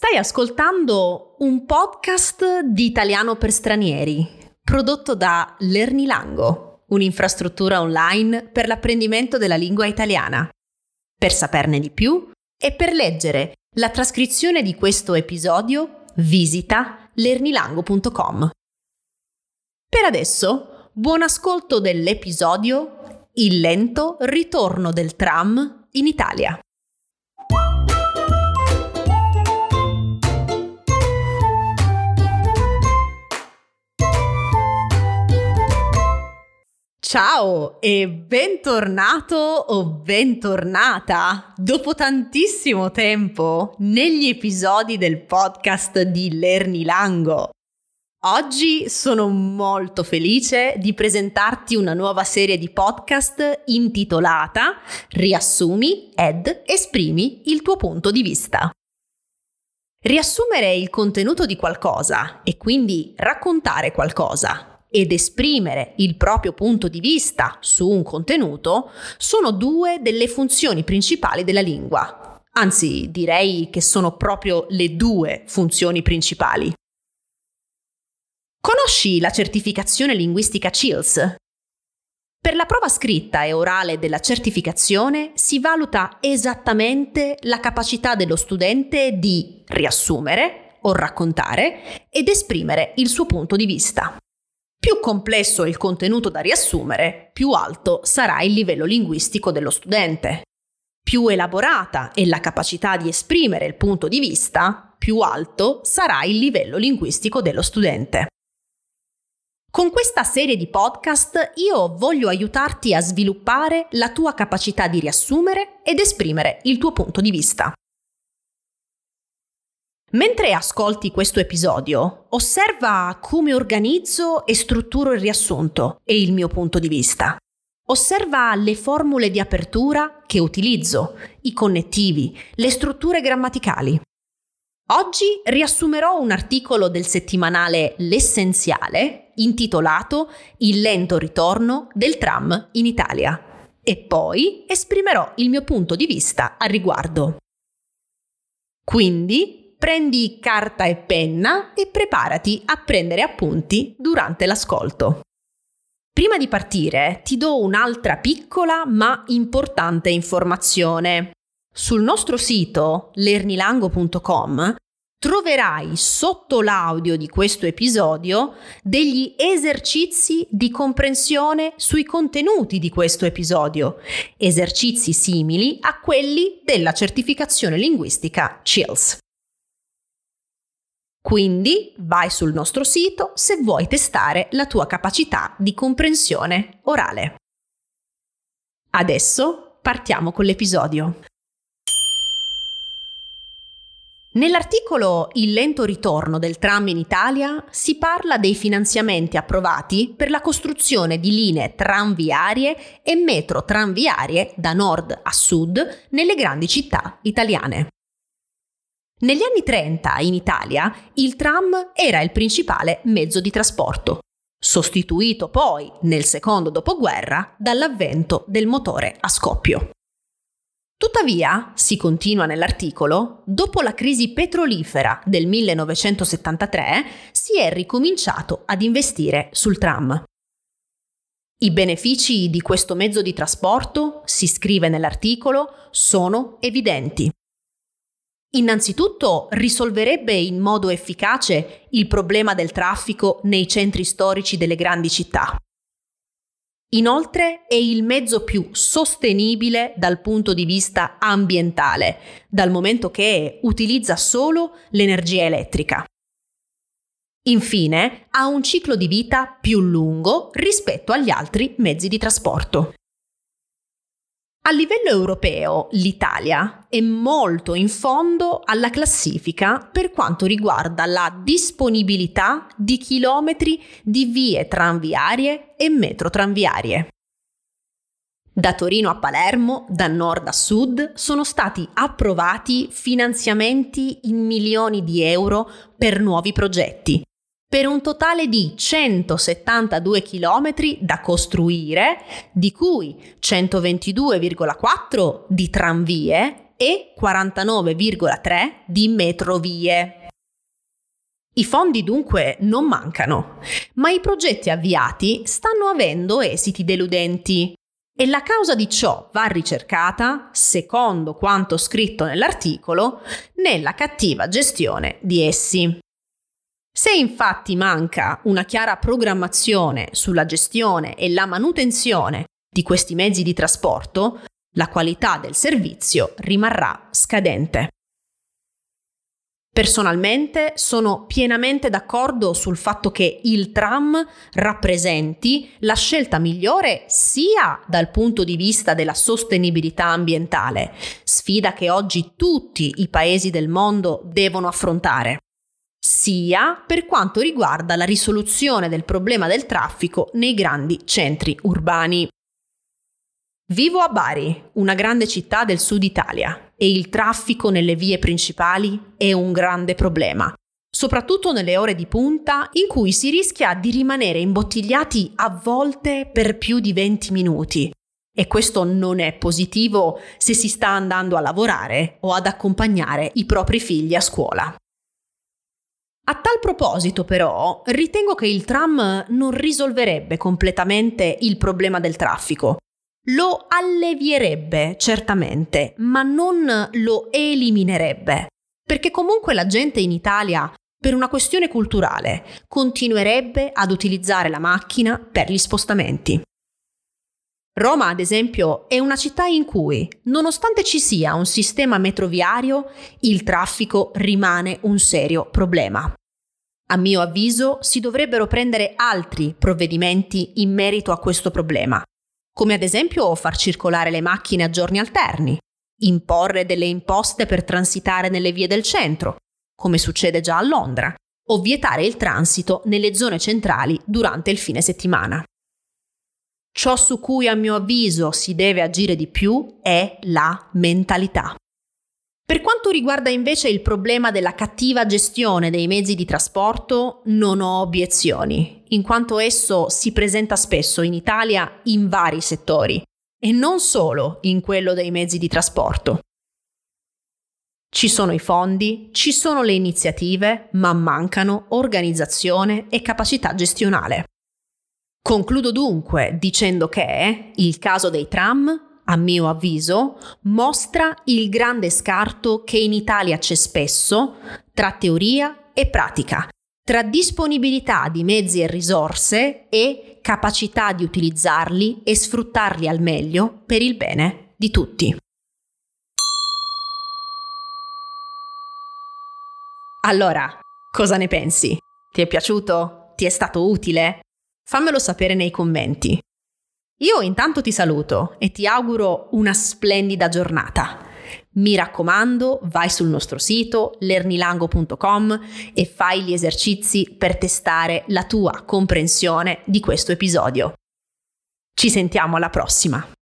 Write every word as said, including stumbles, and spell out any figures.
Stai ascoltando un podcast di italiano per stranieri, prodotto da Lernilango, un'infrastruttura online per l'apprendimento della lingua italiana. Per saperne di più e per leggere la trascrizione di questo episodio, visita lernilango punto com. Per adesso, buon ascolto dell'episodio Il lento ritorno del tram in Italia. Ciao e bentornato o bentornata dopo tantissimo tempo negli episodi del podcast di Lernilango. Oggi sono molto felice di presentarti una nuova serie di podcast intitolata Riassumi ed esprimi il tuo punto di vista. Riassumere il contenuto di qualcosa e quindi raccontare qualcosa ed esprimere il proprio punto di vista su un contenuto sono due delle funzioni principali della lingua. Anzi, direi che sono proprio le due funzioni principali. Conosci la certificazione linguistica C I L S? Per la prova scritta e orale della certificazione si valuta esattamente la capacità dello studente di riassumere o raccontare ed esprimere il suo punto di vista. Più complesso è il contenuto da riassumere, più alto sarà il livello linguistico dello studente. Più elaborata è la capacità di esprimere il punto di vista, più alto sarà il livello linguistico dello studente. Con questa serie di podcast io voglio aiutarti a sviluppare la tua capacità di riassumere ed esprimere il tuo punto di vista. Mentre ascolti questo episodio, osserva come organizzo e strutturo il riassunto e il mio punto di vista. Osserva le formule di apertura che utilizzo, i connettivi, le strutture grammaticali. Oggi riassumerò un articolo del settimanale L'Essenziale intitolato Il lento ritorno del tram in Italia e poi esprimerò il mio punto di vista al riguardo. Quindi prendi carta e penna e preparati a prendere appunti durante l'ascolto. Prima di partire ti do un'altra piccola ma importante informazione. Sul nostro sito lernilango punto com troverai sotto l'audio di questo episodio degli esercizi di comprensione sui contenuti di questo episodio, esercizi simili a quelli della certificazione linguistica C I L S. Quindi vai sul nostro sito se vuoi testare la tua capacità di comprensione orale. Adesso partiamo con l'episodio. Nell'articolo Il lento ritorno del tram in Italia si parla dei finanziamenti approvati per la costruzione di linee tranviarie e metro tranviarie da nord a sud nelle grandi città italiane. Negli anni trenta in Italia il tram era il principale mezzo di trasporto, sostituito poi nel secondo dopoguerra dall'avvento del motore a scoppio. Tuttavia, si continua nell'articolo, dopo la crisi petrolifera del millenovecentosettantatré si è ricominciato ad investire sul tram. I benefici di questo mezzo di trasporto, si scrive nell'articolo, sono evidenti. Innanzitutto risolverebbe in modo efficace il problema del traffico nei centri storici delle grandi città. Inoltre è il mezzo più sostenibile dal punto di vista ambientale, dal momento che utilizza solo l'energia elettrica. Infine, ha un ciclo di vita più lungo rispetto agli altri mezzi di trasporto. A livello europeo, l'Italia è molto in fondo alla classifica per quanto riguarda la disponibilità di chilometri di vie tranviarie e metro tranviarie. Da Torino a Palermo, da nord a sud, sono stati approvati finanziamenti in milioni di euro per nuovi progetti, per un totale di centosettantadue chilometri da costruire, di cui centoventidue virgola quattro di tranvie e quarantanove virgola tre di metrovie. I fondi dunque non mancano, ma i progetti avviati stanno avendo esiti deludenti e la causa di ciò va ricercata, secondo quanto scritto nell'articolo, nella cattiva gestione di essi. Se infatti manca una chiara programmazione sulla gestione e la manutenzione di questi mezzi di trasporto, la qualità del servizio rimarrà scadente. Personalmente sono pienamente d'accordo sul fatto che il tram rappresenti la scelta migliore sia dal punto di vista della sostenibilità ambientale, sfida che oggi tutti i paesi del mondo devono affrontare, sia per quanto riguarda la risoluzione del problema del traffico nei grandi centri urbani. Vivo a Bari, una grande città del sud Italia, e il traffico nelle vie principali è un grande problema, soprattutto nelle ore di punta in cui si rischia di rimanere imbottigliati a volte per più di venti minuti. E questo non è positivo se si sta andando a lavorare o ad accompagnare i propri figli a scuola. A tal proposito, però, ritengo che il tram non risolverebbe completamente il problema del traffico. Lo allevierebbe, certamente, ma non lo eliminerebbe, perché comunque la gente in Italia, per una questione culturale, continuerebbe ad utilizzare la macchina per gli spostamenti. Roma, ad esempio, è una città in cui, nonostante ci sia un sistema metroviario, il traffico rimane un serio problema. A mio avviso, si dovrebbero prendere altri provvedimenti in merito a questo problema, come ad esempio far circolare le macchine a giorni alterni, imporre delle imposte per transitare nelle vie del centro, come succede già a Londra, o vietare il transito nelle zone centrali durante il fine settimana. Ciò su cui a mio avviso si deve agire di più è la mentalità. Per quanto riguarda invece il problema della cattiva gestione dei mezzi di trasporto, non ho obiezioni, in quanto esso si presenta spesso in Italia in vari settori, e non solo in quello dei mezzi di trasporto. Ci sono i fondi, ci sono le iniziative, ma mancano organizzazione e capacità gestionale. Concludo dunque dicendo che il caso dei tram, a mio avviso, mostra il grande scarto che in Italia c'è spesso tra teoria e pratica, tra disponibilità di mezzi e risorse e capacità di utilizzarli e sfruttarli al meglio per il bene di tutti. Allora, cosa ne pensi? Ti è piaciuto? Ti è stato utile? Fammelo sapere nei commenti. Io intanto ti saluto e ti auguro una splendida giornata. Mi raccomando, vai sul nostro sito lernilango punto com e fai gli esercizi per testare la tua comprensione di questo episodio. Ci sentiamo alla prossima!